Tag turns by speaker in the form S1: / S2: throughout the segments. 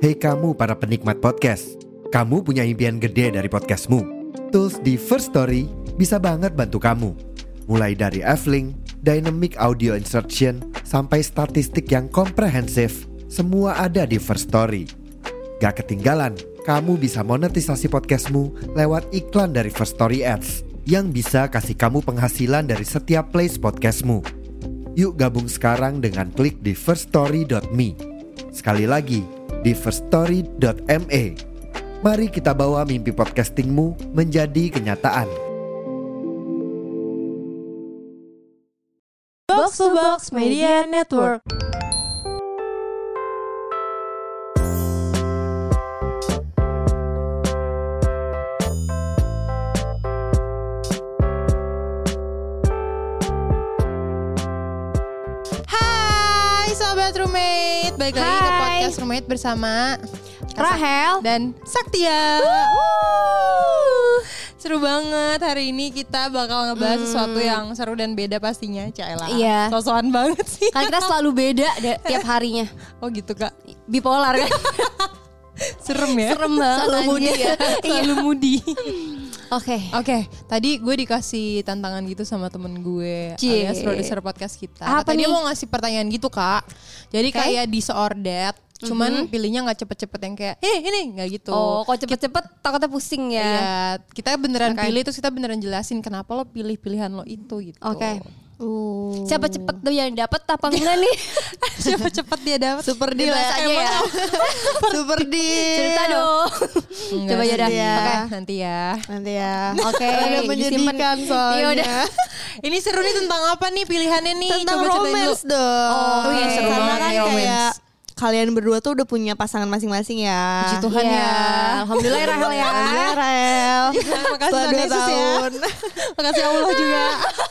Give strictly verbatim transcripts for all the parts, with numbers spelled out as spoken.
S1: Hei kamu para penikmat podcast, kamu punya impian gede dari podcastmu? Tools di First Story bisa banget bantu kamu. Mulai dari F-Link, Dynamic Audio Insertion, sampai statistik yang komprehensif, semua ada di First Story. Gak ketinggalan, kamu bisa monetisasi podcastmu lewat iklan dari First Story Ads yang bisa kasih kamu penghasilan dari setiap plays podcastmu. Yuk gabung sekarang dengan klik di first story dot me. Sekali lagi, di first story dot me. Mari kita bawa mimpi podcastingmu menjadi kenyataan.
S2: Box to Box Media Network.
S3: Hai Sobat Roommate, balik lagi ke
S2: Hai.
S3: podcast Roommate bersama
S2: Rahel
S3: dan Saktia. Wuh. Seru banget, hari ini kita bakal ngebahas hmm. sesuatu yang seru dan beda pastinya. Caelah,
S2: Iya.
S3: sosokan banget sih.
S2: Kan kita selalu beda da- tiap harinya.
S3: Oh gitu Kak.
S2: Bipolar kan.
S3: Serem ya.
S2: Serem banget.
S3: Selalu
S2: anjir.
S3: moody ya. Selalu moody.
S2: Oke.
S3: Oke, tadi gue dikasih tantangan gitu sama temen gue
S2: Cie.
S3: alias produser podcast kita.
S2: Apa
S3: Katanya dia
S2: nih?
S3: mau ngasih pertanyaan gitu Kak. Jadi
S2: Okay.
S3: kayak disordered, cuman
S2: Mhm.
S3: pilihnya gak cepet-cepet yang kayak ini ini gak gitu.
S2: Oh, kok cepet-cepet takutnya pusing ya.
S3: Iya, kita beneran
S2: Okay.
S3: pilih terus kita beneran jelasin kenapa lo pilih pilihan lo itu gitu.
S2: Oke.
S3: Uh.
S2: Siapa cepet tuh yang dapet apa enggak nih?
S3: Siapa cepet dia dapat?
S2: Super deal
S3: Bebas
S2: aja ya.
S3: Super deal.
S2: Cerita dong.
S3: Enggak,
S2: Coba ya dah.
S3: nanti ya.
S2: Oke.
S3: Nanti ya.
S4: Nanti ya.
S2: Oke.
S4: Udah
S2: disimpan.
S4: menyedihkan soalnya.
S2: Iya udah.
S3: Ini seru nih tentang apa nih pilihannya nih?
S4: Tentang
S3: Coba ceritain
S4: romance
S3: dulu.
S4: dong.
S2: Oh, iya, seru
S4: Karena
S3: banget
S4: kan
S3: nih romance.
S4: kayak kalian berdua tuh udah punya pasangan masing-masing ya.
S3: Puji Tuhan
S2: Iya.
S3: ya.
S2: Alhamdulillah ya Rahel ya.
S4: Alhamdulillah Rahel.
S3: Makasih
S4: Setelah
S3: Tuhan
S4: dua
S3: Yesus ya.
S4: tahun.
S3: Makasih Allah juga.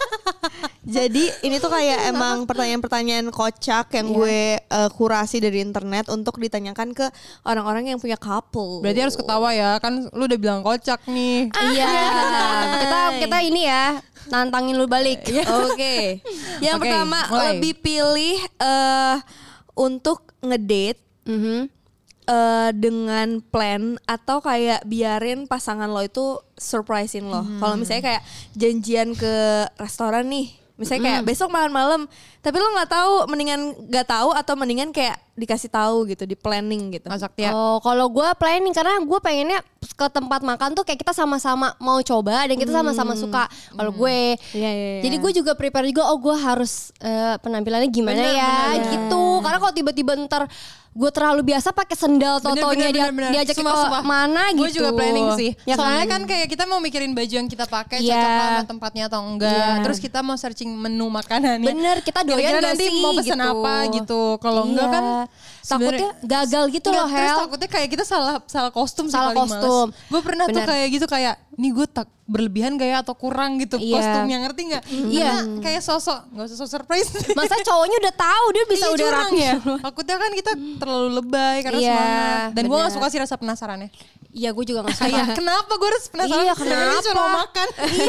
S4: Jadi ini tuh kayak emang pertanyaan-pertanyaan kocak yang
S2: Iya.
S4: gue uh, kurasi dari internet untuk ditanyakan ke orang-orang yang punya couple.
S3: Berarti harus ketawa ya, kan lu udah bilang kocak nih.
S2: Iya. Kita kita ini ya nantangin lu balik.
S4: Oke. Yang
S3: Oke,
S4: pertama,
S3: mulai.
S4: lebih pilih eh untuk ngedate
S2: Mhm.
S4: eh, dengan plan atau kayak biarin pasangan lo itu surprisein lo. Kalau misalnya kayak janjian ke restoran nih, misalnya kayak besok makan malam, tapi lo nggak tahu, mendingan nggak tahu atau mendingan kayak dikasih tahu gitu, di planning gitu.
S3: Masak ya.
S2: Oh, kalau gue planning karena gue pengennya ke tempat makan tuh kayak kita sama-sama mau coba dan kita sama-sama suka. Kalau gue,
S4: Iya, iya, iya.
S2: jadi gue juga prepare juga. Oh, gue harus eh, penampilannya gimana
S3: Bener,
S2: ya,
S3: bener.
S2: gitu. Karena kalau tiba-tiba ntar gue terlalu biasa pakai sendal
S3: Bener,
S2: totonya
S3: bener,
S2: dia,
S3: bener, bener.
S2: diajak
S3: Sumpah,
S2: ke
S3: sumpah.
S2: mana gitu.
S3: Gue juga planning sih.
S2: Ya
S3: Soalnya
S2: kan?
S3: kan kayak kita mau mikirin baju yang kita pakai
S2: Iya.
S3: cocok sama tempatnya atau enggak.
S2: Iya.
S3: Terus kita mau searching menu makanannya.
S2: Bener, kita doyan
S3: Kira-kira
S2: gak
S3: nanti
S2: sih
S3: mau pesen
S2: gitu.
S3: apa gitu. Kalau enggak
S2: Iya.
S3: kan
S2: takutnya gagal gitu loh,
S3: Terus
S2: Hel.
S3: takutnya kayak kita salah salah kostum sih
S2: Salah
S3: paling
S2: kostum.
S3: Gue pernah tuh
S2: Bener.
S3: kayak gitu kayak nih gue tak berlebihan gaya atau kurang gitu
S2: Iya.
S3: kostumnya, ngerti nggak?
S2: Iya.
S3: Karena kayak sosok nggak usah sosok surprise.
S2: Masa cowoknya udah tahu dia bisa
S3: Iya,
S2: udah
S3: curang
S2: rapi
S3: ya. Takutnya kan kita terlalu lebay karena
S2: Iya,
S3: semangat. Dan gue nggak
S2: bener.
S3: suka sih rasa penasarannya.
S2: Iya, gue juga gak suka.
S3: Kayak kenapa gue harus penasaran?
S2: Iya,
S3: Sebenarnya
S2: kenapa?
S3: cuma mau makan.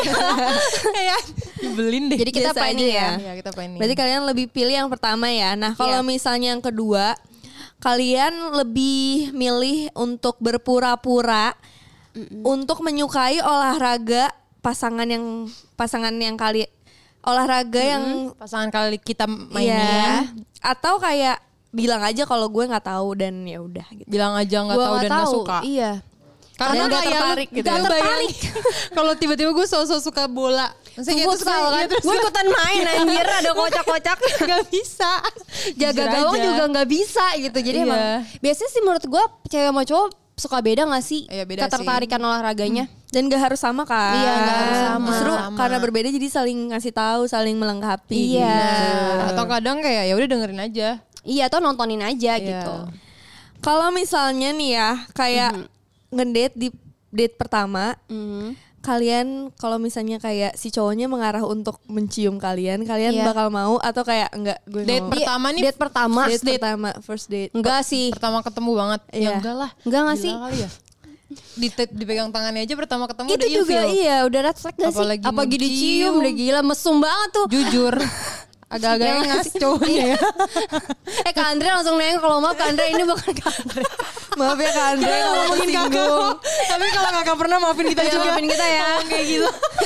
S3: Kayak dibelin deh.
S2: Jadi kita
S4: Biasa
S2: planning
S4: aja
S2: ya.
S3: Iya, kita planning.
S4: Berarti kalian lebih pilih yang pertama ya. Nah, kalau
S2: Iya.
S4: misalnya yang kedua, kalian lebih milih untuk berpura-pura untuk menyukai olahraga pasangan yang pasangan yang kali olahraga yang
S3: pasangan kali kita mainin.
S4: iya, atau kayak bilang aja kalau gue nggak tahu dan ya udah gitu.
S3: Bilang aja nggak
S2: Gua
S3: tahu
S2: nggak
S3: dan nggak
S2: tahu.
S3: suka.
S2: Iya.
S3: Karena
S4: Dan nggak
S3: kayak
S4: tertarik
S3: lu,
S4: gitu
S3: nggak
S4: ya.
S3: tertarik. Kalau tiba-tiba gue sosok suka bola. Maksudnya
S2: Futsal
S3: terus-
S2: kan.
S3: iya, terus
S2: Gue ikutan main anjir, ada kocak-kocak.
S3: Gak bisa.
S2: Jaga
S3: Jujur
S2: gawang
S3: aja.
S2: juga gak bisa gitu. Jadi
S3: Iya.
S2: emang biasanya sih menurut gue cewek sama cowok suka beda gak sih?
S3: Iya, beda
S2: ketertarikan olahraganya.
S4: Dan gak harus sama kan?
S2: Iya, nggak harus sama.
S4: Justru
S3: Sama.
S4: karena berbeda jadi saling ngasih tahu, saling melengkapi.
S2: Iya.
S4: gitu.
S3: Atau kadang kayak ya udah dengerin aja.
S2: Iya, atau nontonin aja
S3: Iya.
S2: gitu.
S4: Kalau misalnya nih ya, kayak ngedate di date pertama,
S2: Mhm.
S4: kalian kalau misalnya kayak si cowoknya mengarah untuk mencium kalian, kalian
S2: Iya.
S4: bakal mau atau kayak enggak? Gue
S3: Date
S4: nggak mau.
S3: pertama nih.
S2: Date pertama.
S4: Date
S3: date.
S4: pertama, first date.
S2: Enggak sih.
S3: Pertama ketemu banget. Ya
S4: Iya.
S3: enggak lah.
S2: Enggak gak
S3: Gila
S2: sih?
S3: kali ya. Di, dipegang tangannya aja pertama ketemu
S2: Itu
S3: udah
S2: juga
S3: ilfeel.
S2: iya, udah red flag gak sih?
S3: Apalagi
S2: Apalagi
S3: mau
S2: dicium,
S3: cium.
S2: udah gila mesum banget tuh.
S3: Jujur. agak-agak
S2: Ya,
S3: ngas cowoknya ya.
S2: Eh Kak Andre langsung nengok, kalau maaf Kak Andre ini bukan Kak Andre.
S4: Maaf ya Kak Andre kalau
S3: Ngomongin kakak.
S4: tersinggung.
S3: Tapi kalau kakak pernah maafin kita
S2: Ya,
S3: juga.
S2: maafin kita ya.
S3: Ngomong kayak gitu.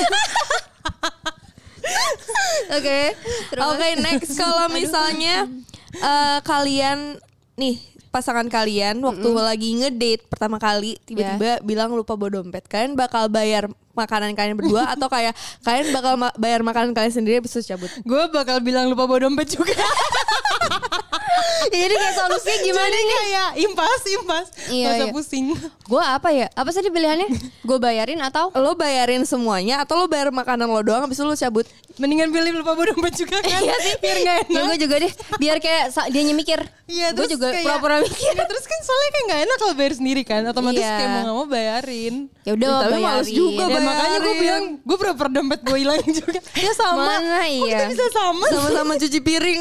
S2: Oke. terus?
S4: Oke, next kalau misalnya eh, kalian nih pasangan kalian waktu lagi ngedate pertama kali tiba-tiba bilang lupa bawa dompet, kalian bakal bayar makanan kalian berdua atau kayak kalian bakal ma- bayar makanan kalian sendiri habis itu cabut?
S3: Gue bakal bilang lupa bawa dompet juga.
S2: Jadi kayak solusinya gimana
S3: Jadi
S2: nih?
S3: kayak impas, impas.
S2: Iya,
S3: Gak usah
S2: iya.
S3: pusing.
S2: Gue apa ya? Apa sih pilihannya? Gue bayarin atau?
S4: Lo bayarin semuanya atau lo bayar makanan lo doang habis itu lo cabut?
S3: Mendingan pilih lupa bawa dompet juga kan.
S2: Iya sih.
S3: Biar gak enak.
S2: Ya gue juga deh. Biar kayak sa- dia mikir.
S3: Iya,
S2: Gue
S3: terus
S2: juga
S3: kayak-
S2: pura-pura mikir.
S3: Iya, terus kan soalnya kayak gak enak kalau bayar sendiri kan. Otomatis
S2: Iya.
S3: kayak mau gak mau bayarin.
S2: Ya udah
S4: Tapi
S2: bayarin.
S4: males juga
S3: Ya
S4: bayarin.
S3: makanya gue bilang gue pura-pura dompet gue hilang juga. Ya sama.
S2: Mana
S3: Kok
S2: iya?
S3: kita bisa sama?
S4: Sama-sama cuci piring.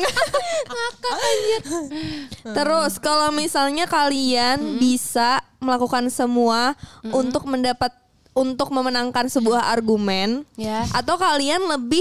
S4: Terus kalau misalnya kalian bisa melakukan semua untuk mendapat untuk memenangkan sebuah argumen,
S2: Ya.
S4: atau kalian lebih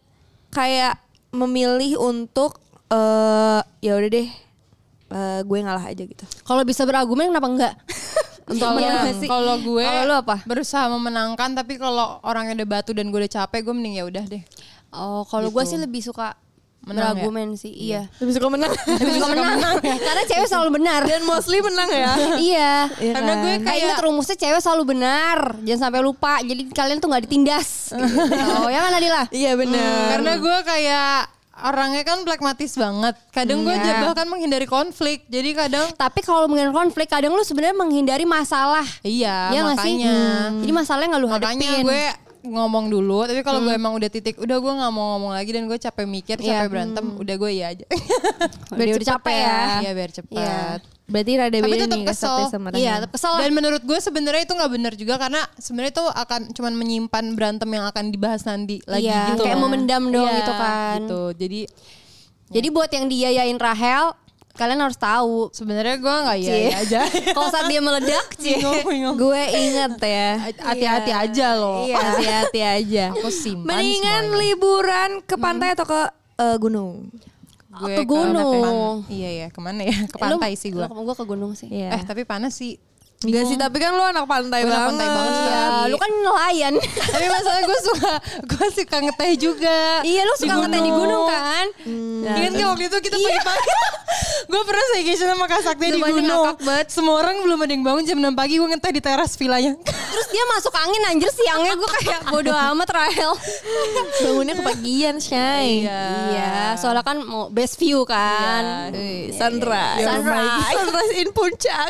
S4: kayak memilih untuk eh ya udah deh eh, gue ngalah aja gitu.
S2: Kalau bisa berargumen kenapa enggak? Untuk
S3: Kalau
S2: menang sih.
S3: kalau gue
S2: Kalau lu apa?
S3: berusaha memenangkan, tapi kalau orangnya udah batu dan gue udah capek, gue mending ya udah deh.
S2: Oh, kalau gue
S3: Gitu.
S2: sih lebih suka
S3: Menang
S2: berargumen sih. Iya.
S4: Lebih suka menang.
S2: Lebih suka menang. Karena cewek selalu benar.
S4: Dan mostly menang ya.
S2: Iya.
S4: Iya
S3: Karena
S4: kan?
S3: gue
S2: Kayak
S3: kayak
S2: inget rumusnya cewek selalu benar. Jangan sampai lupa. Jadi kalian tuh nggak ditindas. Gitu. Oh ya kan Nadila?
S4: Iya benar.
S3: karena gue kayak orangnya kan pragmatis banget. Kadang gue
S2: Iya.
S3: bahkan menghindari konflik. Jadi kadang
S2: Tapi kalau menghindari konflik, kadang lu sebenarnya menghindari masalah.
S3: iya,
S2: Iya nggak sih?
S3: makanya.
S2: Jadi masalahnya nggak lu
S3: Makanya
S2: hadepin.
S3: gue ngomong dulu, tapi kalau gue emang udah titik, udah gue nggak mau ngomong lagi dan gue capek mikir, capek
S2: Iya.
S3: berantem, udah gue iya aja.
S2: Biar
S4: Dia
S2: cepet
S4: udah capek
S2: ya.
S3: Iya biar
S2: Iya.
S3: cepat.
S4: Berarti rada
S3: Tapi
S4: beda
S3: tetap
S4: nih
S3: kesel.
S4: Kasatnya sama Rahel.
S2: Iya, tetap kesel lah.
S3: Dan menurut gue sebenarnya itu nggak benar juga, karena sebenarnya itu akan cuman menyimpan berantem yang akan dibahas nanti lagi
S2: Iya,
S3: gitu.
S2: kayak
S3: loh.
S2: memendam doang
S3: Iya,
S2: gitu kan.
S3: Gitu. Jadi
S2: Jadi buat yang diyayain Rahel, kalian harus tahu.
S3: sebenarnya gue nggak iya
S2: Cie.
S3: iya aja.
S2: Kalau saat dia meledak, Cie.
S3: Bingung, bingung.
S4: Gue inget ya.
S3: Hati-hati aja loh.
S2: Iya.
S4: Hati-hati aja.
S3: Aku simpan
S4: Mendingan
S3: semuanya.
S4: liburan ke pantai atau ke eh, gunung?
S3: Gue
S2: ke gunung.
S3: pan- iya ya, kemana ya? Ke pantai
S2: Lu-
S3: sih gue.
S2: lu- Gue ke gunung sih.
S4: Iya.
S3: Eh tapi panas sih.
S4: Enggak sih, tapi kan lu anak pantai
S3: Gue anak
S4: banget.
S3: pantai banget sih.
S2: Ya, lu kan nelayan.
S3: Tapi masalahnya gue suka, gue suka ngeteh juga.
S2: Iya, lu suka ngeteh di gunung kan?
S3: Nah, Ingat nggak waktu itu kita pagi-pagi gue pernah staycation sama Kak Sakti di
S2: Depannya
S3: gunung.
S2: ngakak banget.
S3: Semua orang belum ada yang bangun, jam enam pagi gue ngeteh di teras villanya.
S2: Terus dia masuk angin anjir, siangnya gue kayak bodo amat Rahel.
S4: Bangunnya kepagian, Shay.
S2: Iya, soalnya kan mau best view kan.
S4: Eh, Sunrise.
S2: Sunrise.
S4: Sunrise in Puncak.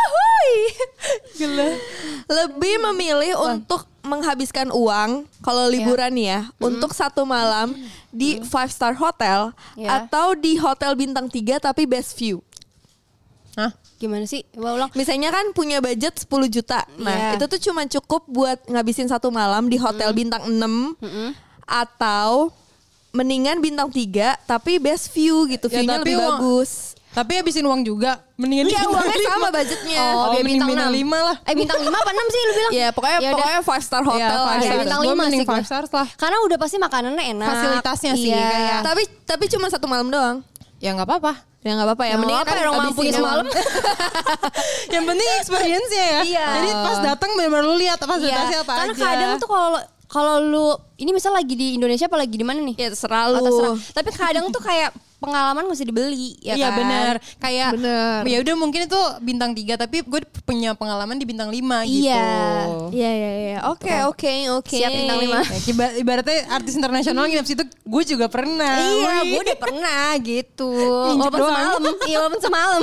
S3: Gila.
S4: Lebih memilih untuk menghabiskan uang kalau liburan ya untuk satu malam di five star hotel
S2: Ya.
S4: atau di hotel bintang tiga tapi best view.
S3: Hah?
S2: Gimana sih? Coba ulang.
S4: Misalnya kan punya budget sepuluh juta. Nah,
S2: Iya.
S4: itu tuh cuma cukup buat ngabisin satu malam di hotel bintang enam atau mendingan bintang tiga tapi best view gitu,
S3: Ya,
S4: view-nya
S3: tapi
S4: lebih
S3: uang-
S4: bagus.
S3: Tapi habisin uang juga. Mendingan di
S4: Iya,
S3: bintang
S4: uangnya
S3: lima.
S4: sama budgetnya.
S3: Oh,
S2: biar
S3: mending
S2: bintang
S3: bintang
S2: enam.
S3: lima lah.
S2: Eh bintang lima apa enam sih lu bilang?
S4: Ya, pokoknya
S2: Ya udah.
S4: pokoknya five star hotel
S3: Iya,
S4: lah.
S3: five
S2: Ya,
S3: stars.
S2: bintang
S3: Gue
S2: lima
S3: mending
S2: sih gua.
S3: five stars lah.
S2: Karena udah pasti makanannya enak.
S3: Fasilitasnya sih,
S2: Iya.
S3: kayak-
S4: Tapi tapi cuma satu malam doang.
S3: Ya nggak apa-apa.
S4: Ya nggak apa-apa ya.
S2: Yang
S4: Mendingan
S2: apa
S4: kan
S2: orang
S4: habisin
S2: mampunya
S4: uang.
S2: semalam.
S3: Yang penting experience-nya ya.
S2: Iya.
S3: Jadi pas datang benar-benar lu lihat
S2: Iya.
S3: fasilitasnya apa
S2: Karena
S3: aja.
S2: kadang tuh kalau kalau lu ini misal lagi di Indonesia apa lagi di mana nih?
S4: Ya terserah lu.
S2: Oh, terserah. Tapi kadang tuh kayak pengalaman mesti dibeli ya
S3: Iya
S2: kan?
S3: benar. Kayak
S4: Bener.
S3: ya udah mungkin itu bintang tiga tapi gue punya pengalaman di bintang lima gitu.
S2: Iya.
S4: Iya iya iya. Oke oke oke.
S2: Siap bintang lima.
S3: Ya, iba- ibaratnya artis internasional nginep situ gue juga pernah.
S2: Iya,
S3: Wih.
S2: gue udah pernah gitu.
S3: Injek
S2: Walaupun
S3: doang.
S2: semalam, iya walaupun semalam.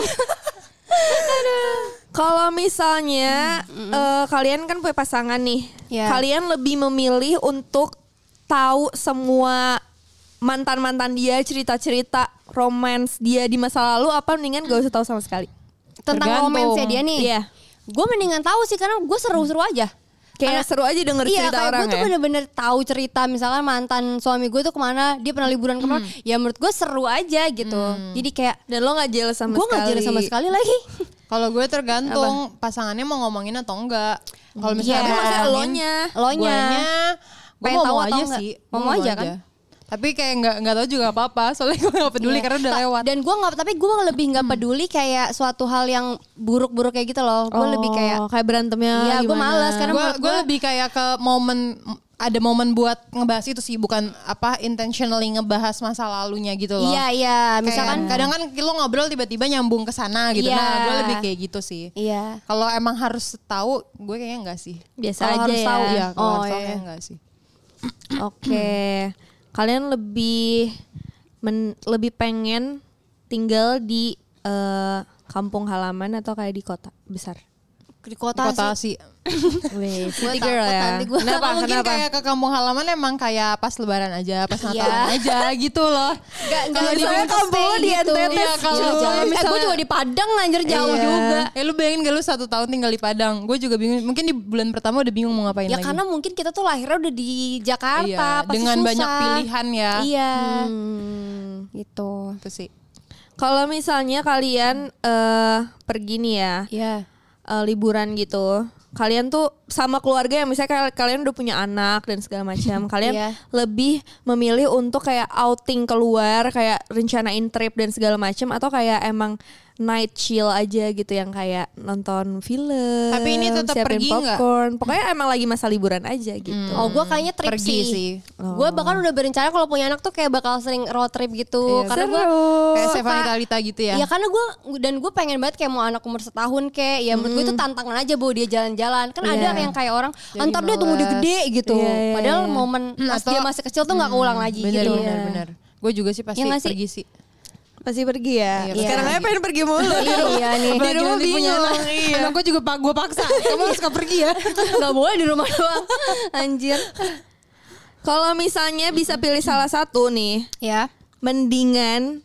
S4: Kalau misalnya eh, kalian kan punya pasangan nih,
S2: Ya.
S4: kalian lebih memilih untuk tahu semua mantan-mantan dia, cerita-cerita romance dia di masa lalu, apa mendingan gak usah tahu sama sekali?
S2: Tentang
S3: Tergantung.
S2: romansnya dia nih.
S4: Iya.
S2: Gue mendingan tahu sih karena gue seru-seru aja.
S4: Kayak seru aja denger
S2: Iya,
S4: cerita
S2: kayak
S4: orang
S2: gue tuh
S4: ya.
S2: bener-bener tahu cerita misalkan mantan suami gue tuh kemana, dia pernah liburan kemana. Ya menurut gue seru aja gitu. Jadi kayak
S4: Dan lo gak jealous sama
S2: gue
S4: sekali.
S2: gak jelas sama sekali lagi.
S3: Kalau gue tergantung pasangannya mau ngomongin atau enggak. Kalau
S2: Iya.
S3: misalnya
S4: Tapi
S3: mau
S4: maksudnya
S3: ngomongin,
S4: elonya.
S2: Elonya.
S3: guanya gue
S2: Pengen
S3: mau,
S2: tahu
S3: mau
S2: atau
S3: aja
S2: enggak?
S3: sih.
S2: Mau aja kan?
S3: Tapi kayak nggak nggak tahu juga apa-apa. Soalnya gue nggak peduli
S2: Iya.
S3: karena udah
S2: Ta-
S3: lewat.
S2: Dan gue nggak, tapi gue lebih nggak peduli kayak suatu hal yang buruk-buruk kayak gitu loh. Gue lebih kayak,
S4: kayak berantemnya
S2: iya gue
S4: gimana?
S2: males karena
S3: gue
S2: menurut
S3: gue lebih kayak ke momen ada momen buat ngebahas itu sih, bukan apa intentionally ngebahas masa lalunya gitu loh.
S2: iya iya,
S3: Misalkan
S2: misalkan
S3: kadang kan lo ngobrol tiba-tiba nyambung ke sana gitu.
S2: Iya.
S3: Nah, gue lebih kayak gitu sih.
S2: iya.
S3: Kalau emang harus tahu, gue kayaknya enggak sih.
S4: Biasa
S2: Kalau
S4: aja
S2: harus
S4: ya.
S2: tahu,
S3: Iya, kalau
S2: Oh,
S3: harus tahu
S2: iya.
S3: kayaknya enggak sih.
S4: Oke. Kalian lebih men- lebih pengen tinggal di eh, kampung halaman atau kayak di kota besar?
S2: Di
S3: Di
S2: kota,
S3: kota
S2: sih.
S3: sih.
S4: Wih,
S2: Gua
S4: city girl
S2: takut
S4: ya.
S2: nanti gua-
S4: Kenapa?
S3: Mungkin
S4: Kenapa?
S3: kayak ke kampung halaman emang kayak pas lebaran aja, pas natalan
S2: Iya.
S3: aja gitu loh.
S2: Gak,
S3: Kalau di
S2: misalnya
S3: kampung
S2: kampung lo di
S3: gitu.
S2: N T T.
S3: Iya, kalau
S2: Iya,
S3: misalnya-
S2: eh, gue juga di Padang anjir jauh
S4: Iya.
S2: juga.
S3: Ya lu bayangin gak lu satu tahun tinggal di Padang. Gue juga bingung. Mungkin di bulan pertama udah bingung mau ngapain
S2: Ya
S3: lagi.
S2: karena mungkin kita tuh lahirnya udah di Jakarta,
S3: Iya,
S2: pasti
S3: dengan
S2: susah.
S3: banyak pilihan ya.
S2: Iya,
S4: Hmm.
S2: gitu.
S3: Itu sih.
S4: Kalau misalnya kalian eh pergi nih ya,
S2: Iya.
S4: eh, liburan gitu. Kalian tuh sama keluarga yang misalnya kal- kalian udah punya anak dan segala macam. Kalian
S2: Iya.
S4: lebih memilih untuk kayak outing keluar, kayak rencanain trip dan segala macam, atau kayak emang night chill aja gitu yang kayak nonton film.
S3: Tapi ini tetap
S4: siapin
S3: pergi nggak?
S4: popcorn. Pokoknya emang lagi masa liburan aja gitu.
S2: Oh gue kayaknya trip
S3: Pergi
S2: sih.
S3: sih.
S2: Gue bahkan udah berencana kalau punya anak tuh kayak bakal sering road trip gitu.
S3: Iya,
S2: Karena gue
S3: Kayak
S2: suka-
S3: Stefani Talita gitu ya.
S2: Iya karena gue dan gue pengen banget kayak mau anak umur setahun kayak ya menurut gue itu tantangan aja bawa dia jalan-jalan. Kan ada
S4: Iya.
S2: yang kayak orang
S3: Jadi
S2: antar dia tunggu dia
S3: males.
S2: gede gitu.
S4: Iya, iya,
S2: Padahal
S4: iya.
S2: momen
S3: Hmm,
S2: pas
S3: atau-
S2: dia masih kecil tuh nggak keulang lagi
S3: Bener,
S2: gitu.
S3: bener, bener. Gue juga sih pasti
S2: Ya nggak sih?
S3: pergi sih.
S4: Pasti pergi ya.
S3: Iya,
S4: Sekarang
S2: pasti
S4: aja pengen pergi mulu.
S2: Iya nih.
S4: Di
S3: Apalagi
S4: rumah
S3: nanti punya
S4: bingung.
S3: anak.
S4: Iya.
S3: Anak gue juga pak gue paksa. Kamu harus ke pergi ya.
S2: Gak boleh di rumah doang. Anjir.
S4: Kalau misalnya bisa pilih salah satu nih,
S2: Ya.
S4: mendingan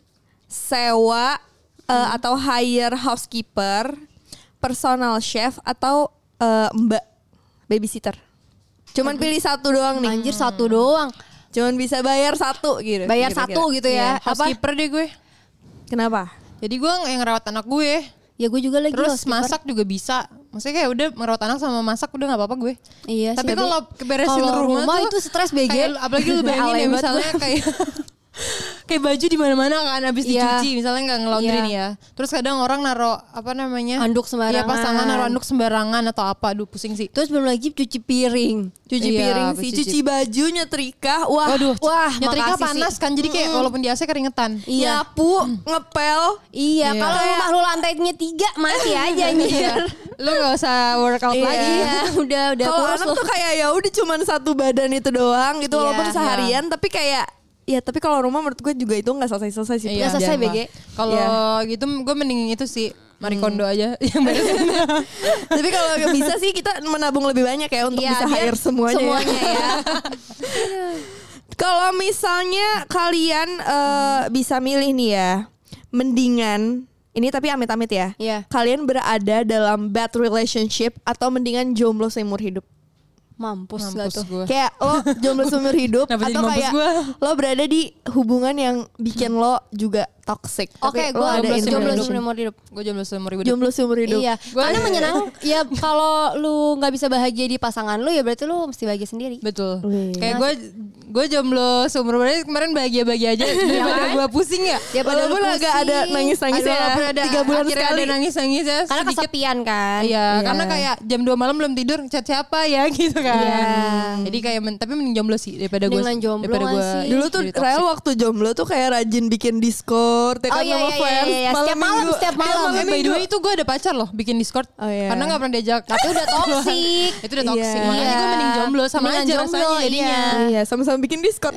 S4: sewa eh, atau hire housekeeper, personal chef, atau eh, mbak babysitter. Cuman pilih satu doang nih.
S2: Anjir satu doang.
S4: Cuman bisa bayar satu gitu.
S2: Bayar
S4: kira-kira.
S2: satu gitu ya.
S3: Apa? Housekeeper deh gue.
S4: Kenapa?
S3: Jadi gue yang ngerawat anak gue.
S2: Ya gue juga lagi
S3: Terus
S2: housekeeper.
S3: masak juga bisa. Maksudnya kayak udah merawat anak sama masak udah gak apa-apa gue.
S2: Iya
S3: Tapi
S2: sih,
S3: kalau beresin
S2: kalau
S3: rumah,
S2: rumah
S3: tuh
S2: itu stres B G.
S3: kayak lu- apalagi lu bayangin
S2: Alay
S3: ya
S2: banget
S3: misalnya
S2: gue.
S3: kayak kayak baju di mana-mana kan habis
S2: Iya.
S3: dicuci misalnya nggak nge-laundry
S2: Iya.
S3: nih ya. Terus kadang orang naro apa namanya?
S2: Handuk sembarangan.
S3: Iya pasangan naro handuk sembarangan atau apa. Aduh pusing sih.
S2: Terus belum lagi cuci piring.
S4: Cuci
S3: Iya,
S4: piring
S3: apa
S4: sih,
S3: cuci-
S4: cuci baju, nyetrika. Wah,
S3: Waduh,
S2: wah,
S3: nyetrika
S2: makasih
S3: panas
S2: sih.
S3: kan jadi kayak walaupun di A C keringetan.
S2: Iya.
S4: nyapu, ngepel.
S2: Iya,
S3: Iya.
S2: kalau rumah lu lantainya tiga mati aja anjir.
S3: Lu nggak usah workout
S4: Iya.
S3: lagi.
S2: Iya, udah udah
S4: Kalau
S2: kurus
S4: anak
S2: lu.
S4: tuh kayak ya udah cuman satu badan itu doang gitu,
S2: Iya,
S4: walaupun
S2: iya.
S4: seharian, tapi kayak ya tapi kalau rumah menurut gue juga itu nggak selesai-selesai sih.
S2: Nggak selesai,
S4: pekerjaan
S2: B G.
S4: mah.
S3: Kalau
S4: Iya.
S3: gitu gue mending itu sih Marie Kondo aja yang beresin.
S4: Tapi kalau bisa sih kita menabung lebih banyak ya untuk
S2: Iya,
S4: bisa
S2: biar
S4: hire semuanya.
S2: Semuanya ya.
S4: Kalau misalnya kalian eh, bisa milih nih ya, mendingan ini tapi amit-amit ya.
S2: Iya.
S4: Kalian berada dalam bad relationship atau mendingan jomblo seumur hidup?
S2: Mampus,
S3: Mampus
S2: gak tuh.
S3: gue.
S4: Kayak lo jomblo seumur hidup
S3: Kenapa jadi
S4: atau
S3: mampus
S4: kayak
S3: gua?
S4: lo berada di hubungan yang bikin lo juga toxic.
S2: Oke,
S4: tapi
S2: gue
S4: lo ada
S3: jomblo
S4: in
S2: jomblo
S4: relationship.
S2: seumur hidup.
S3: Gue jomblo seumur hidup.
S4: Jomblo seumur hidup.
S2: Iya,
S3: Gua-
S2: karena menyenang. Ya kalau lu nggak bisa bahagia di pasangan lu ya berarti lu mesti bahagia sendiri.
S3: Betul.
S4: Wih.
S3: Kayak gue gue jomblo seumur hidup kemarin bahagia-bahagia aja daripada gue pusing ya.
S2: Daripada lu
S4: Walaupun agak
S2: pusing.
S4: ada nangis-nangis
S3: Aduh,
S4: ya.
S3: walaupun ada
S4: Tiga bulan
S3: akhirnya
S4: sekali.
S3: ada nangis-nangis ya.
S2: Karena
S3: sedikit.
S2: kesepian kan.
S3: Iya,
S4: Iya.
S3: karena kayak jam dua malam belum tidur chat siapa ya gitu kan.
S2: Iya.
S3: Jadi kayak men, tapi mending jomblo sih daripada gue
S2: Mendingan jomblo
S3: daripada
S2: nggak
S3: gue
S2: sih?
S4: Dulu tuh
S3: jadi toxic.
S4: Rael waktu jomblo tuh kayak rajin bikin Discord ya
S2: Oh,
S4: kan
S2: iya,
S4: sama
S2: iya,
S4: fans.
S2: iya, iya. Setiap malam,
S4: minggu.
S2: setiap malam.
S4: Iya,
S3: Eh, by the
S4: minggu.
S3: way itu gue ada pacar loh bikin Discord.
S4: Oh, iya.
S3: Karena gak pernah diajak.
S2: Tapi udah toksik.
S3: Itu udah toxic.
S4: Iya.
S3: Makanya gue mending jomblo sama
S2: Mendingan
S3: aja
S2: jomblo,
S3: rasanya jadinya.
S4: Iya, sama-sama bikin Discord.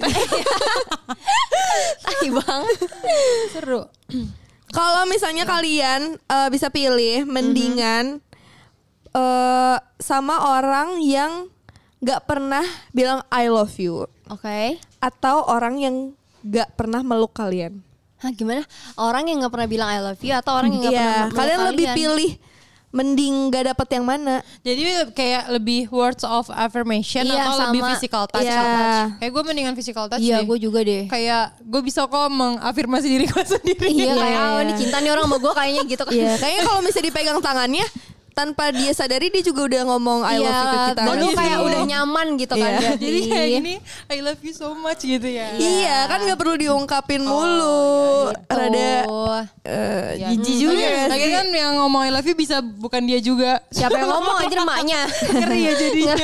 S2: Tai banget.
S3: Seru.
S4: Kalau misalnya kalian eh, bisa pilih mendingan eh, sama orang yang gak pernah bilang I love you
S2: Oke.
S4: atau orang yang gak pernah meluk kalian.
S2: Hah, gimana? Orang yang nggak pernah bilang I love you atau orang yang nggak
S4: Iya,
S2: pernah meluk
S4: kalian lebih
S2: kalian?
S4: pilih mending gak dapet yang mana?
S3: Jadi kayak lebih words of affirmation
S2: Iya,
S3: atau lebih
S2: sama.
S3: physical touch.
S4: Iya.
S3: Kayak gue mendingan physical touch
S2: Iya,
S3: deh.
S2: gue juga deh.
S3: Kayak gue bisa kok mengafirmasi diri gue sendiri.
S2: Iya, kayak
S4: Iya.
S2: oh ini cinta nih orang sama gue kayaknya gitu kan.
S4: Iya, kayaknya kalau misalnya dipegang tangannya tanpa dia sadari dia juga udah ngomong I love you ke kita.
S2: Dan lu
S4: Gitu.
S2: kayak udah nyaman gitu kan.
S4: Iya.
S2: berarti.
S3: Jadi kayak gini, I love you so much gitu ya.
S4: Iya kan gak perlu diungkapin mulu. Rada
S2: Oh.
S4: uh,
S3: Ya.
S4: jijik juga ya.
S3: Lagi kan yang ngomong I love you bisa bukan dia juga.
S2: Siapa yang ngomong anjir emaknya.
S3: Ngeri ya jadinya.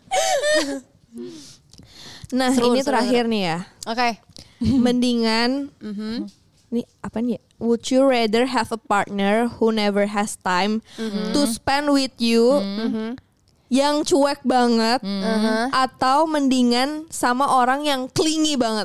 S4: Nah
S2: Seru,
S4: ini
S2: seru,
S4: terakhir nih ya.
S2: Oke.
S4: Mendingan Nih apa nih ya? Would you rather have a partner who never has time to spend with you yang cuek banget atau mendingan sama orang yang clingy banget?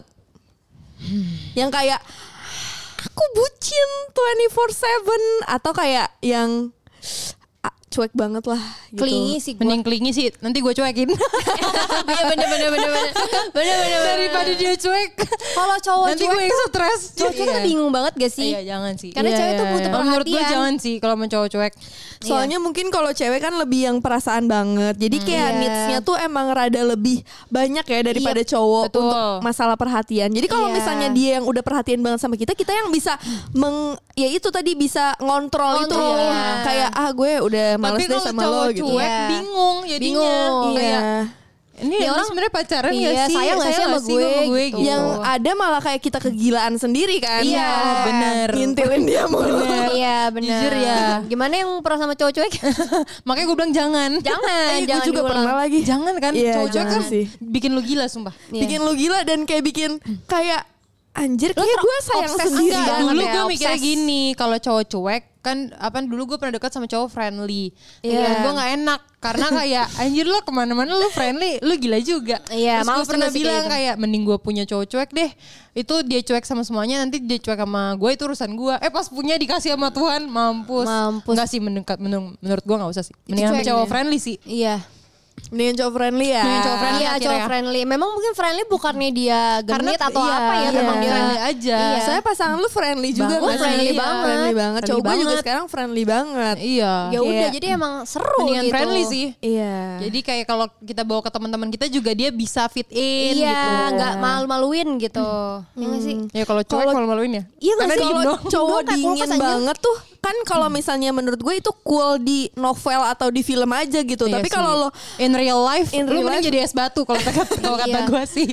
S4: Yang kayak aku bucin twenty-four seven atau kayak yang ah, cuek banget lah gitu.
S2: Klingi sih gue.
S3: Mending kelingi sih, nanti gue cuekin.
S2: Iya bener bener bener bener. Bener bener.
S3: Daripada dia cuek.
S2: Kalau cowok
S3: Nanti
S2: cuek
S3: gue yang stres.
S2: cowok cuek tuh bingung banget gak sih?
S3: Iya jangan sih.
S2: Karena
S4: Iya,
S2: cewek
S4: iya,
S2: tuh butuh
S4: iya.
S3: Kalau menurut gue
S2: perhatian.
S3: jangan sih kalau sama cowok cuek.
S4: Soalnya mungkin kalau cewek kan lebih yang perasaan banget. Jadi kayak
S2: Iya.
S4: needs-nya tuh emang rada lebih banyak ya daripada cowok
S3: betul.
S4: untuk masalah perhatian. Jadi kalau
S2: Iya.
S4: misalnya dia yang udah perhatian banget sama kita, kita yang bisa meng ya itu tadi bisa ngontrol, itu.
S2: Ngontrol, iya.
S4: Kayak ah gue udah males
S3: Tapi
S4: deh
S3: kalau
S4: sama
S3: cowok
S4: lo gitu.
S3: cuek
S2: Iya.
S3: bingung jadinya.
S2: Bingung.
S3: Kayak,
S4: Iya.
S3: ini
S2: Ini
S3: orang
S2: orang
S3: sebenarnya pacaran
S2: iya,
S3: gak sih?
S2: sayang gak sih sama gue, gitu.
S4: Yang ada malah kayak kita kegilaan sendiri kan.
S2: Iya.
S3: bener.
S4: Ngintilin dia mulu.
S2: Iya bener.
S3: Jujur ya.
S2: Gimana yang pernah sama cowok cuek?
S3: Makanya gue bilang jangan.
S2: Jangan,
S4: Eh, gue
S2: jangan
S4: juga
S2: diulang.
S4: pernah lagi.
S3: Jangan kan?
S4: Iya,
S3: Cowok cuek
S4: jangan
S3: kan
S4: sih.
S3: bikin lu gila sumpah.
S2: Iya.
S4: Bikin lu gila dan kayak bikin kayak anjir
S2: Lo
S4: kayak
S2: ter-
S4: gue sayang
S2: obses
S4: sendiri
S2: enggak?
S4: banget.
S3: Dulu
S2: ya,
S3: gue mikirnya
S2: obses.
S3: gini, kalau cowok cuek kan apa dulu gue pernah dekat sama cowok friendly.
S2: Iya.
S3: Dan gue nggak enak karena kayak anjir lo kemana-mana lo friendly, lo gila juga.
S2: Iya,
S3: Terus gue
S2: males
S3: pernah
S2: juga sih
S3: bilang
S2: kayak
S3: kayak mending gue punya cowok cuek deh. Itu dia cuek sama semuanya, nanti dia cuek sama gue itu urusan gue. Eh pas punya dikasih sama Tuhan, mampus.
S2: Mampus.
S3: Enggak sih mendekat menurut, menurut gue nggak usah sih. Mendingan
S2: cuek
S3: cowok
S2: ya.
S3: friendly sih.
S2: Iya.
S4: Mendingan cowok friendly ya.
S3: Mendingan cowok friendly
S2: Iya
S3: akhirnya.
S2: cowok friendly. Memang mungkin friendly bukannya dia
S3: Karena
S2: genit atau
S3: iya,
S2: apa ya.
S3: iya.
S2: Memang dia
S3: Friendly aja.
S2: Iya.
S4: Soalnya pasangan lu friendly juga
S2: Banget,
S4: nggak
S2: friendly
S4: sih?
S2: banget.
S4: Friendly banget.
S3: Friendly
S4: Cowok gue juga
S3: banget.
S4: sekarang friendly banget.
S3: Iya.
S2: Ya udah
S4: Kayak-
S2: jadi emang seru
S3: Mendingan
S2: gitu.
S3: friendly sih.
S4: Iya.
S3: Jadi kayak kalau kita bawa ke teman-teman kita juga dia bisa fit in
S2: Iya,
S3: gitu.
S2: nggak malu-maluin gitu. Ya nggak sih?
S3: Ya kalau cowok
S4: Kalau-
S3: malu-maluin ya.
S4: Iya nggak
S3: Karena
S4: sih
S3: diem
S4: kalau
S3: doang.
S4: cowok
S2: Doang kayak
S4: dingin
S2: kulkas anjir.
S4: banget tuh kan kalau misalnya menurut gue itu cool di novel atau di film aja gitu.
S3: Iya
S4: Tapi
S3: sih.
S4: kalau lo
S3: in real life,
S4: In
S3: lu
S4: real
S3: mending
S4: life-
S3: jadi es batu kalau kata kalau kata
S2: Iya.
S3: gue sih.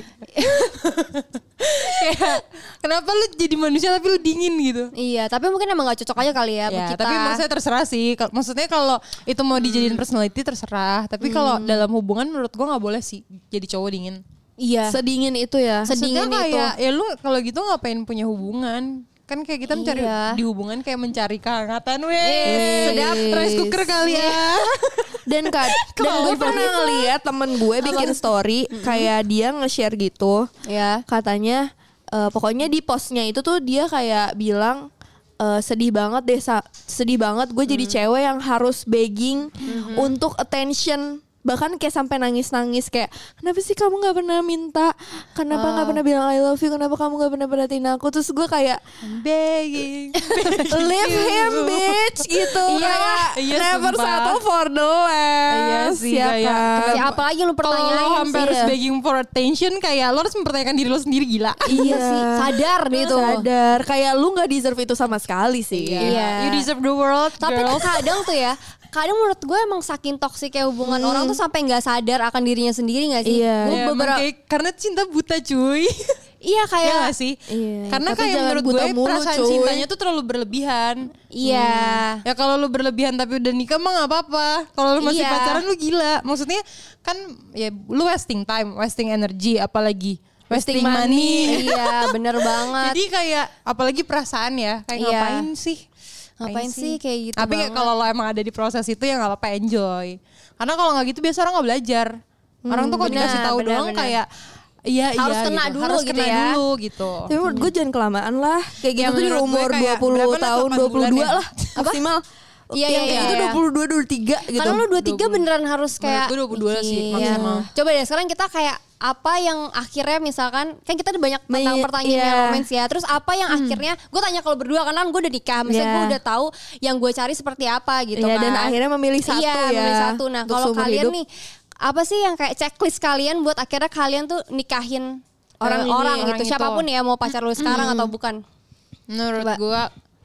S3: Kayak kenapa lu jadi manusia tapi lu dingin gitu?
S2: Iya, tapi mungkin emang gak cocok aja kali ya, buat
S3: Ya,
S2: kita.
S3: tapi maksudnya terserah sih. Kal- Maksudnya kalau itu mau dijadiin personality terserah. Tapi kalau dalam hubungan menurut gue nggak boleh sih jadi cowok dingin.
S2: Iya.
S4: sedingin itu ya.
S2: Sedingin
S3: Maksudnya
S2: itu.
S3: kayak ya lu kalau gitu ngapain punya hubungan? Kan kayak kita mencari
S2: Iya.
S3: di hubungan kayak mencari kehangatan weh.
S4: Wes.
S3: Sedap rice cooker kali ya.
S4: Dan kad dan gue pernah ngeliat temen gue bikin story kayak dia nge-share gitu.
S2: Ya.
S4: Katanya eh, pokoknya di postnya itu tuh dia kayak bilang eh, sedih banget deh Sa. sedih banget gue jadi cewek yang harus begging untuk attention, bahkan kayak sampai nangis-nangis kayak kenapa sih kamu nggak pernah minta, kenapa nggak pernah bilang I love you, kenapa kamu nggak pernah perhatiin aku. Terus gue kayak
S3: Begging.
S4: leave him bitch gitu.
S3: Iya,
S4: Kayak
S3: iya,
S4: never
S3: sumpah.
S4: settle for the less.
S3: Iya sih,
S4: ya
S3: kayak
S4: kan?
S2: Ya, apalagi lu
S3: Kalau
S2: pertanyain
S3: lo sampai
S2: sih.
S3: harus
S2: Iya.
S3: begging for attention kayak lo harus mempertanyakan diri lo sendiri gila.
S2: Iya sih, sadar gitu.
S4: Sadar kayak lu nggak deserve itu sama sekali sih.
S2: Iya.
S3: You deserve the world,
S2: Tapi
S3: girls.
S2: kadang tuh ya, kadang menurut gue emang saking toksik kayak hubungan orang tuh sampai nggak sadar akan dirinya sendiri nggak sih?
S4: Iya.
S2: Gue
S3: Ya, emang
S2: beberapa,
S3: kayak- karena cinta buta cuy.
S2: iya kayak,
S3: Ya gak sih?
S4: Iya.
S3: Karena
S4: Tapi
S3: kayak
S4: jangan
S3: menurut
S4: buta
S3: gue
S4: mulu,
S3: perasaan
S4: cuy.
S3: cintanya tuh terlalu berlebihan.
S2: iya.
S3: Ya kalau lu berlebihan tapi udah nikah mah gak apa-apa. Kalau lu masih
S2: Iya.
S3: pacaran lu gila. Maksudnya kan ya lu wasting time, wasting energy, apalagi wasting,
S4: Wasting
S3: money.
S2: Iya, bener banget.
S3: Jadi kayak apalagi perasaan ya, kayak
S2: Iya.
S3: ngapain sih?
S2: Ngapain sih kayak gitu
S3: Tapi
S2: banget.
S3: kalau lo emang ada di proses itu ya gak apa-apa, enjoy. Karena kalau gak gitu biasa orang gak belajar. Orang tuh kalau
S2: benar,
S3: dikasih tahu
S2: benar,
S3: doang
S2: benar.
S3: kayak iya
S2: Harus
S3: iya
S2: kena
S3: gitu.
S2: dulu
S3: Harus
S2: gitu
S3: kena
S2: ya.
S3: dulu gitu.
S4: Tapi menurut gue jangan kelamaan lah. Kayak gitu
S3: Ya,
S4: tuh di
S3: menurut gue
S4: umur
S3: kayak
S4: dua puluh
S3: berapa,
S4: tahun,
S3: delapan
S4: dua puluh dua
S3: bulan ya?
S4: lah maksimal.
S2: Iya,
S4: Yang
S2: iya,
S4: kayak
S2: iya,
S4: gitu
S2: iya.
S4: dua puluh dua, dua puluh tiga gitu.
S2: Karena lu dua puluh tiga beneran harus kayak
S3: gue dua puluh dua sih,
S2: Iya.
S3: maksimal.
S2: Coba deh sekarang kita kayak apa yang akhirnya misalkan kan kita ada banyak tentang
S4: Me-
S2: pertanyaan
S4: iya.
S2: yang romance ya. Terus apa yang akhirnya gue tanya kalau berdua karena gue udah nikah, misalnya
S4: Iya.
S2: gue udah tahu yang gue cari seperti apa gitu
S4: Iya,
S2: kan.
S4: dan akhirnya memilih satu
S2: iya,
S4: ya,
S2: memilih satu. Nah,
S4: untuk
S2: kalau
S4: seumur
S2: kalian
S4: hidup.
S2: nih apa sih yang kayak checklist kalian buat akhirnya kalian tuh nikahin
S4: Orang
S2: orang,
S4: ini,
S2: orang
S3: orang
S2: gitu
S3: itu.
S2: siapapun ya, mau pacar lu sekarang atau bukan.
S3: Menurut
S2: Coba.
S3: gue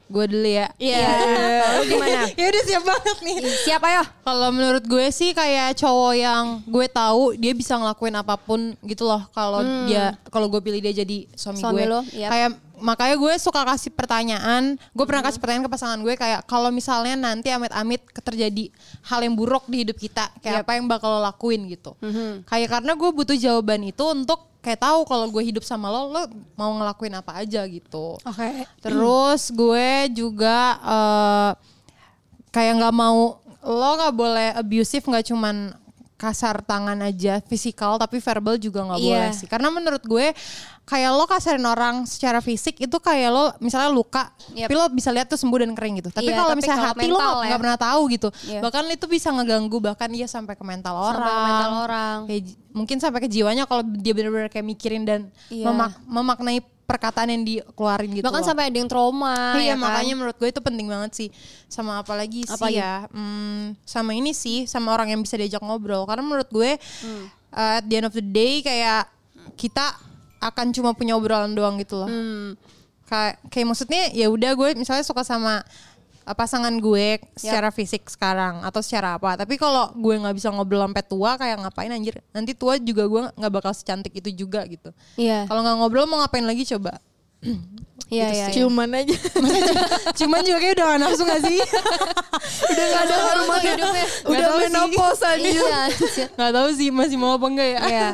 S3: Gue dulu ya.
S2: Iya. Lalu gimana?
S3: Ya udah siap banget nih.
S2: Siap ayo.
S3: Kalau menurut gue sih kayak cowok yang gue tahu dia bisa ngelakuin apapun gitu loh. Kalau hmm. dia, kalau gue pilih dia jadi suami,
S2: Suami
S3: gue.
S2: lo, yep.
S3: Kayak makanya gue suka kasih pertanyaan. Gue pernah kasih pertanyaan ke pasangan gue kayak kalau misalnya nanti amit-amit terjadi hal yang buruk di hidup kita, kayak yep. apa yang bakal lo lakuin gitu. Mm-hmm. Kayak karena gue butuh jawaban itu untuk kayak tahu kalau gue hidup sama lo, lo mau ngelakuin apa aja gitu.
S2: Oke. Okay.
S3: Terus gue juga uh, kayak nggak mau, lo nggak boleh abusive, nggak cuman kasar tangan aja, fisikal, tapi verbal juga nggak
S2: yeah.
S3: boleh sih. Karena menurut gue kayak lo kasarin orang secara fisik itu kayak lo misalnya luka, yep. tapi lo bisa lihat tuh sembuh dan kering gitu. Tapi yeah, kalau misalnya hati lo nggak ya. pernah tahu gitu, yeah. bahkan itu bisa ngeganggu, bahkan iya sampai ke mental orang,
S2: sampai ke mental orang.
S3: Kayak, mungkin sampai ke jiwanya kalau dia benar-benar kayak mikirin dan yeah. memak- memaknai perkataan yang dikeluarin gitu.
S2: Bahkan
S3: loh.
S2: sampai ada yang trauma.
S3: Iya,
S2: ya kan?
S3: makanya menurut gue itu penting banget sih. Sama apalagi
S2: apa
S3: sih ya, hmm, sama ini sih, sama orang yang bisa diajak ngobrol. Karena menurut gue hmm. uh, at the end of the day kayak kita akan cuma punya obrolan doang gitu loh. Hmm. Kayak, kayak maksudnya ya udah gue misalnya suka sama uh, pasangan gue secara yep. fisik sekarang atau secara apa. Tapi kalau gue nggak bisa ngobrol sampai tua kayak ngapain anjir? Nanti tua juga gue nggak bakal secantik itu juga gitu.
S2: Iya.
S3: Kalau nggak ngobrol mau ngapain lagi coba?
S2: Iya,
S3: gitu
S2: iya,
S4: ciuman aja.
S3: Ciuman juga kayak udah gak nafsu gak sih?
S2: Udah gak ada hormon hidupnya.
S4: Udah menopause aja.
S2: Iya.
S3: Gak tahu sih masih mau apa enggak ya.
S2: Iya.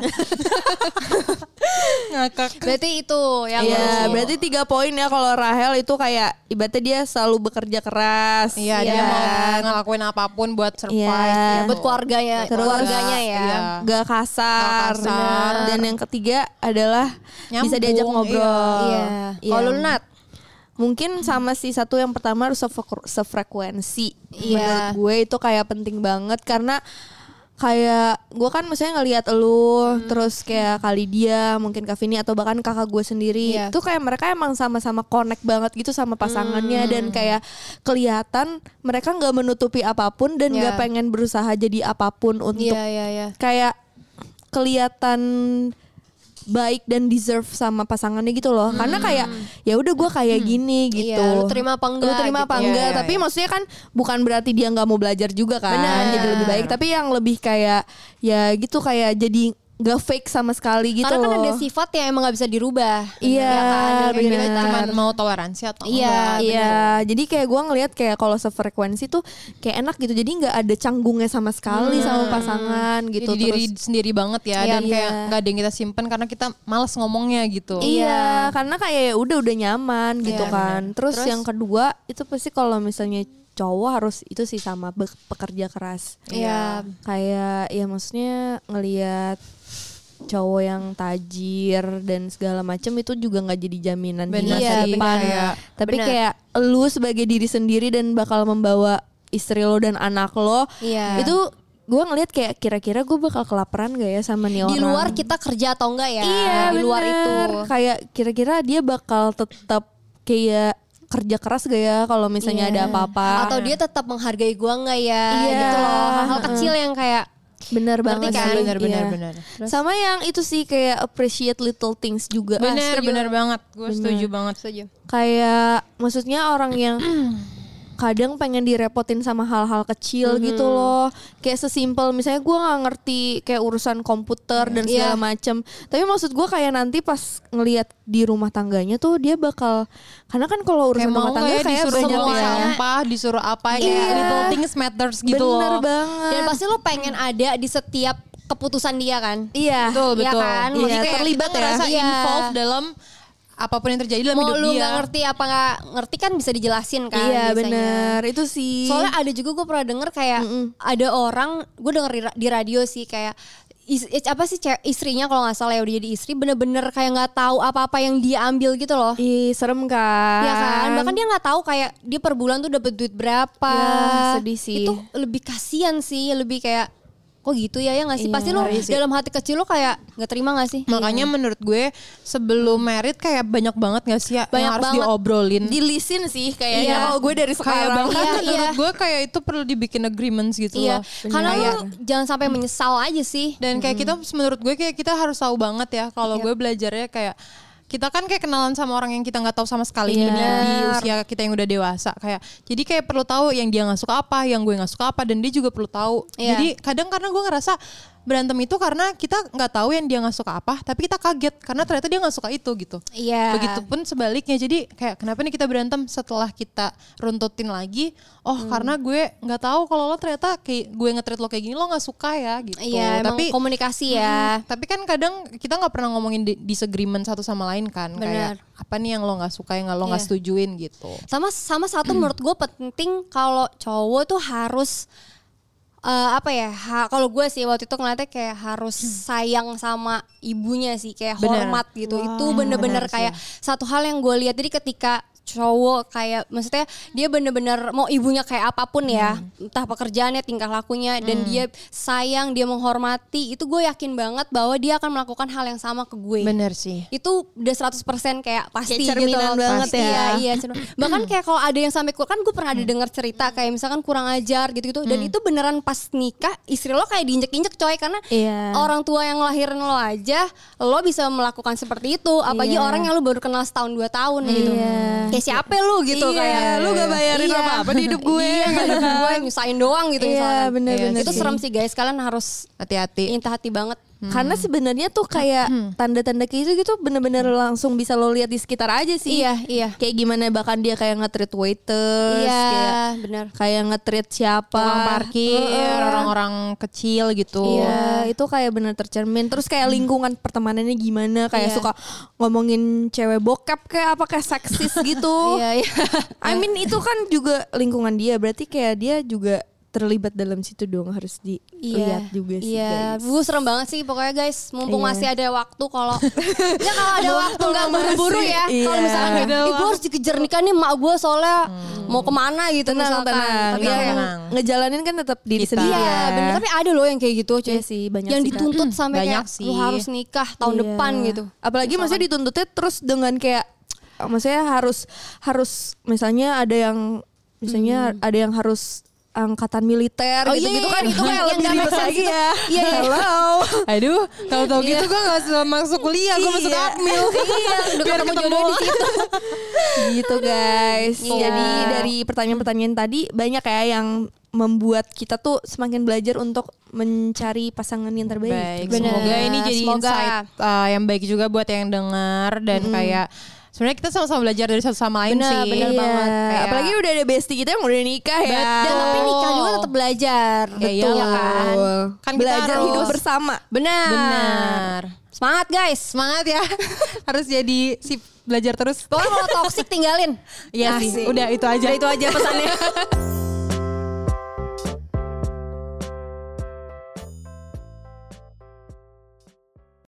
S3: Ngakak.
S2: Berarti itu yang
S4: Iya, berarti tiga poin ya kalau Rahel itu kayak ibaratnya dia selalu bekerja keras.
S3: Iya, dia mau ngelakuin apapun buat survive.
S4: Iya.
S2: Buat keluarganya,
S4: Terus,
S2: keluarganya ya.
S3: Iya.
S4: Gak kasar.
S3: Gak kasar.
S4: Dan yang ketiga adalah
S3: Nyambung,
S4: bisa diajak ngobrol.
S2: Iya.
S4: Iya.
S2: Kalau lu Nat?
S4: Mungkin sama sih, satu yang pertama harus sefre- sefrekuensi.
S2: Iya.
S4: Menurut gue itu kayak penting banget karena kayak gue kan misalnya ngelihat lu hmm. terus kayak kali dia mungkin Kak Vini atau bahkan kakak gue sendiri
S2: yeah.
S4: itu kayak mereka emang sama-sama connect banget gitu sama pasangannya hmm. dan kayak kelihatan mereka nggak menutupi apapun dan nggak yeah. pengen berusaha jadi apapun untuk
S2: yeah, yeah, yeah.
S4: kayak kelihatan baik dan deserve sama pasangannya gitu loh. Hmm. Karena kayak ya udah gue kayak hmm. gini gitu.
S2: Iya, lu terima apa enggak?
S4: Lu terima
S2: gitu.
S4: apa enggak?
S3: Iya, iya,
S4: tapi
S3: iya.
S4: maksudnya kan bukan berarti dia nggak mau belajar juga kan.
S2: Bener.
S4: Jadi lebih baik. Tapi yang lebih kayak ya gitu kayak jadi gak fake sama sekali gitu.
S2: Karena kan
S4: loh.
S2: ada sifat yang emang gak bisa dirubah.
S4: Iya,
S2: ya kan?
S4: bener.
S2: Kita
S3: Cuma mau toleransi atau
S2: Iya,
S3: enggak.
S4: Iya, jadi kayak gue ngelihat kayak kalau sefrekuensi tuh kayak enak gitu. Jadi nggak ada canggungnya sama sekali hmm. sama pasangan gitu.
S3: Jadi diri
S4: Terus
S3: sendiri banget ya.
S2: Iya,
S3: dan kayak
S4: iya.
S3: gak ada yang kita simpen karena kita males ngomongnya gitu.
S4: iya, karena kayak ya udah udah nyaman gitu
S2: Iya,
S4: kan. Terus,
S2: Terus?
S4: yang kedua itu pasti kalau misalnya cowok harus itu sih sama be- pekerja keras.
S2: Iya.
S4: Kayak ya maksudnya ngelihat cowok yang tajir dan segala macam itu juga nggak jadi jaminan di
S3: Bener
S4: masa
S2: sih,
S4: depan.
S2: bener.
S4: Tapi
S2: Bener.
S4: kayak lu sebagai diri sendiri dan bakal membawa istri lo dan anak lo,
S2: Iya.
S4: itu gue ngelihat kayak kira-kira gue bakal kelaparan gak ya sama nih orang.
S2: Di luar kita kerja atau enggak ya?
S4: Iya,
S2: di luar
S4: bener.
S2: itu.
S4: Kayak kira-kira dia bakal tetap kayak kerja keras gak ya kalau misalnya
S2: Iya.
S4: ada apa-apa.
S2: Atau dia tetap menghargai gua enggak ya?
S4: Iya.
S2: Gitu loh. Hal-hal kecil yang kayak
S4: Bener
S2: Ngerti
S4: banget
S2: kan?
S4: sih.
S3: Bener, bener,
S4: Iya.
S3: bener.
S4: Sama yang itu sih kayak appreciate little things juga.
S3: Bener,
S2: setuju.
S3: bener banget. Gue setuju banget.
S2: setuju.
S4: Kayak maksudnya orang yang kadang pengen direpotin sama hal-hal kecil gitu loh. Kayak sesimpel misalnya gue nggak ngerti kayak urusan komputer dan segala
S2: Iya.
S4: macem. Tapi maksud gue kayak nanti pas ngelihat di rumah tangganya tuh dia bakal, karena kan kalau urusan
S3: Kayak mau
S4: rumah tangga
S3: kayak
S4: kayak
S3: disuruh
S4: banyak
S3: ngomong
S4: ya.
S3: sampah, disuruh apa, kayak
S4: Iya.
S3: little things matters gitu
S4: Bener
S3: loh.
S4: banget.
S2: Dan pasti lo pengen ada di setiap keputusan dia kan?
S4: Iya.
S3: Betul,
S2: Iya
S3: betul.
S2: kan?
S3: Jadi
S4: Iya,
S3: kayak
S4: terlibat
S3: kita
S4: ya.
S3: ngerasa
S2: Iya.
S3: involved dalam apapun yang terjadi dalam
S2: Mau
S3: hidup
S2: lu
S3: dia.
S2: nggak ngerti apa nggak ngerti kan bisa dijelasin kan?
S4: Iya
S2: biasanya.
S4: bener, itu sih.
S2: Soalnya ada juga gue pernah denger kayak
S4: Mm-mm.
S2: ada orang, gue denger di, ra- di radio sih kayak is, is- apa sih ce- istrinya kalau nggak salah ya udah jadi istri bener-bener kayak nggak tahu apa-apa yang dia ambil gitu loh.
S4: Ih, serem kan?
S2: Iya kan, bahkan dia nggak tahu kayak dia per bulan tuh dapat duit berapa.
S4: Ya, sedih sih.
S2: Itu lebih kasihan sih, lebih kayak kok gitu ya ya nggak sih?
S4: Iya,
S2: Pasti lo
S4: ngeri sih.
S2: dalam hati kecil lo kayak nggak terima nggak sih?
S3: Makanya menurut gue sebelum married kayak banyak banget gak sih ya
S2: Banyak
S3: yang harus
S2: banget.
S3: diobrolin.
S4: Dilisin sih kayaknya
S2: Iya.
S4: kalau gue dari
S3: Kayak
S4: sekarang.
S3: bahkan
S2: Iya,
S3: menurut
S2: iya.
S3: gue kayak itu perlu dibikin agreements gitu
S2: Iya,
S3: loh.
S2: karena
S3: Kayak-
S2: lo jangan sampai menyesal aja sih.
S3: Dan kayak kita menurut gue kayak kita harus tahu banget ya kalau
S2: Yep.
S3: gue belajarnya kayak kita kan kayak kenalan sama orang yang kita nggak tahu sama sekali
S2: Iya.
S3: di, di usia kita yang udah dewasa kayak jadi kayak perlu tahu yang dia nggak suka apa, yang gue nggak suka apa, dan dia juga perlu tahu.
S2: Iya.
S3: Jadi kadang karena gue ngerasa berantem itu karena kita nggak tahu yang dia nggak suka apa, tapi kita kaget karena ternyata dia nggak suka itu gitu.
S2: Iya.
S3: Begitupun sebaliknya, jadi kayak kenapa nih kita berantem setelah kita runtutin lagi, oh
S2: Hmm.
S3: karena gue nggak tahu kalau lo ternyata kayak gue nge-treat lo kayak gini lo nggak suka ya gitu.
S2: Iya, emang
S3: Tapi
S2: komunikasi ya.
S3: tapi kan kadang kita nggak pernah ngomongin di- disagreement satu sama lain kan.
S2: Benar.
S3: Kayak apa nih yang lo nggak suka, yang lo nggak
S2: Iya.
S3: setujuin gitu.
S2: Sama sama satu menurut gue penting kalau cowok tuh harus eh, apa ya? Ha, kalau gue sih waktu itu ngeliatnya kayak harus sayang sama ibunya sih, kayak
S3: Bener.
S2: hormat gitu. Itu bener-bener
S3: bener sih.
S2: kayak satu hal yang gue lihat. Jadi ketika cowok kayak maksudnya dia bener-bener mau ibunya kayak apapun ya, entah pekerjaannya, tingkah lakunya, dan dia sayang, dia menghormati, itu gue yakin banget bahwa dia akan melakukan hal yang sama ke gue.
S3: Bener sih.
S2: Itu udah seratus persen kayak pasti
S4: Kayak
S2: gitu
S4: cerminan
S2: loh.
S4: banget
S2: Pasti,
S4: ya.
S2: Iya, iya cermin. Bahkan kayak kalau ada yang sampai kan gue pernah ada dengar cerita kayak misalkan kurang ajar gitu-gitu, dan itu beneran pas nikah istri lo kayak diinjek-injek coy, karena
S4: Iya.
S2: orang tua yang ngelahirin lo aja lo bisa melakukan seperti itu, apalagi
S4: Iya.
S2: orang yang lo baru kenal setahun dua tahun gitu. Kayak siapa lu gitu
S4: Iya,
S2: kayak
S4: lu gak bayarin
S2: Iya.
S4: apa-apa di hidup gue.
S2: Iya, gak hidup gue nyusahin doang gitu
S4: Iya,
S2: misalkan.
S4: bener-bener
S2: Itu
S4: sih.
S2: serem sih guys, kalian harus
S3: Hati-hati.
S2: hati-hati banget.
S4: Karena sebenarnya tuh kayak tanda-tanda kayak gitu gitu bener-bener langsung bisa lo lihat di sekitar aja sih.
S2: Iya, iya.
S4: Kayak gimana bahkan dia kayak nge-treat waiters,
S2: Iya,
S4: kayak
S2: benar.
S4: kayak nge-treat siapa,
S3: Tukang parkir, orang-orang kecil gitu.
S4: Iya, itu kayak bener tercermin. Terus kayak lingkungan pertemanannya gimana, kayak
S2: Iya.
S4: suka ngomongin cewek bokep kayak apa kayak seksis gitu.
S2: Iya, iya.
S4: I mean itu kan juga lingkungan dia, berarti kayak dia juga terlibat dalam situ dong, harus dilihat juga sih
S2: Iya,
S4: guys.
S2: gue serem banget sih pokoknya guys. Mumpung
S4: Iya.
S2: masih ada waktu, kalau ya kalau ada waktu nggak buru-buru ya.
S4: Iya.
S2: Kalau misalkan kayak,
S3: Ada
S2: "Ih, gue harus dikejar nikah nih mak gue soalnya mau kemana gitu
S4: Tenang,
S2: misalkan."
S4: tenang.
S2: Tapi
S4: Yang
S2: kayak,
S3: tenang.
S4: ngejalanin kan tetap diri
S3: Kita.
S4: sendiri.
S2: iya,
S4: ya.
S2: bener. Tapi ada loh yang kayak gitu, cuy.
S4: Iya sih, banyak
S2: yang
S4: sih, Kak.
S2: dituntut sampai
S3: Banyak
S2: kayak
S3: sih.
S2: lu harus nikah tahun
S4: Iya.
S2: depan gitu.
S4: Apalagi maksudnya dituntutnya terus dengan kayak maksudnya harus harus misalnya ada yang misalnya ada yang harus angkatan militer
S2: Oh,
S4: gitu-gitu
S2: iya,
S4: kan,
S2: iya.
S4: itu kan
S2: Yang
S4: lebih
S2: nggak
S4: ribet
S2: make sense
S4: lagi
S2: itu.
S4: ya.
S2: Iya, iya.
S4: Hello.
S3: Aduh, tahu-tahu gitu gue gak usah masuk kuliah, gue masuk
S4: Iya.
S3: Akmil.
S2: Iya, udah ketemu jodoh di situ.
S4: Gitu guys.
S2: Iya.
S4: Jadi dari pertanyaan-pertanyaan tadi banyak ya yang membuat kita tuh semakin belajar untuk mencari pasangan yang terbaik.
S3: Baik,
S2: Bener.
S3: semoga ini jadi
S2: Semoga.
S3: insight uh, yang baik juga buat yang dengar dan kayak sebenarnya kita sama-sama belajar dari satu sama lain
S2: Bener,
S3: sih.
S2: bener
S4: Iya.
S2: banget. Kayak-
S4: Apalagi udah ada bestie kita yang udah nikah ya.
S2: Dan tapi nikah juga tetap belajar.
S3: Ya iyalah.
S2: kan?
S3: Kan kita
S4: belajar
S3: harus-
S4: hidup bersama.
S2: Benar.
S3: Benar.
S2: Semangat guys.
S3: Semangat ya. Harus jadi si belajar terus.
S2: Pokoknya kalau toxic tinggalin.
S3: Iya sih.
S2: Asik.
S3: Udah itu aja.
S2: Udah itu aja pesannya.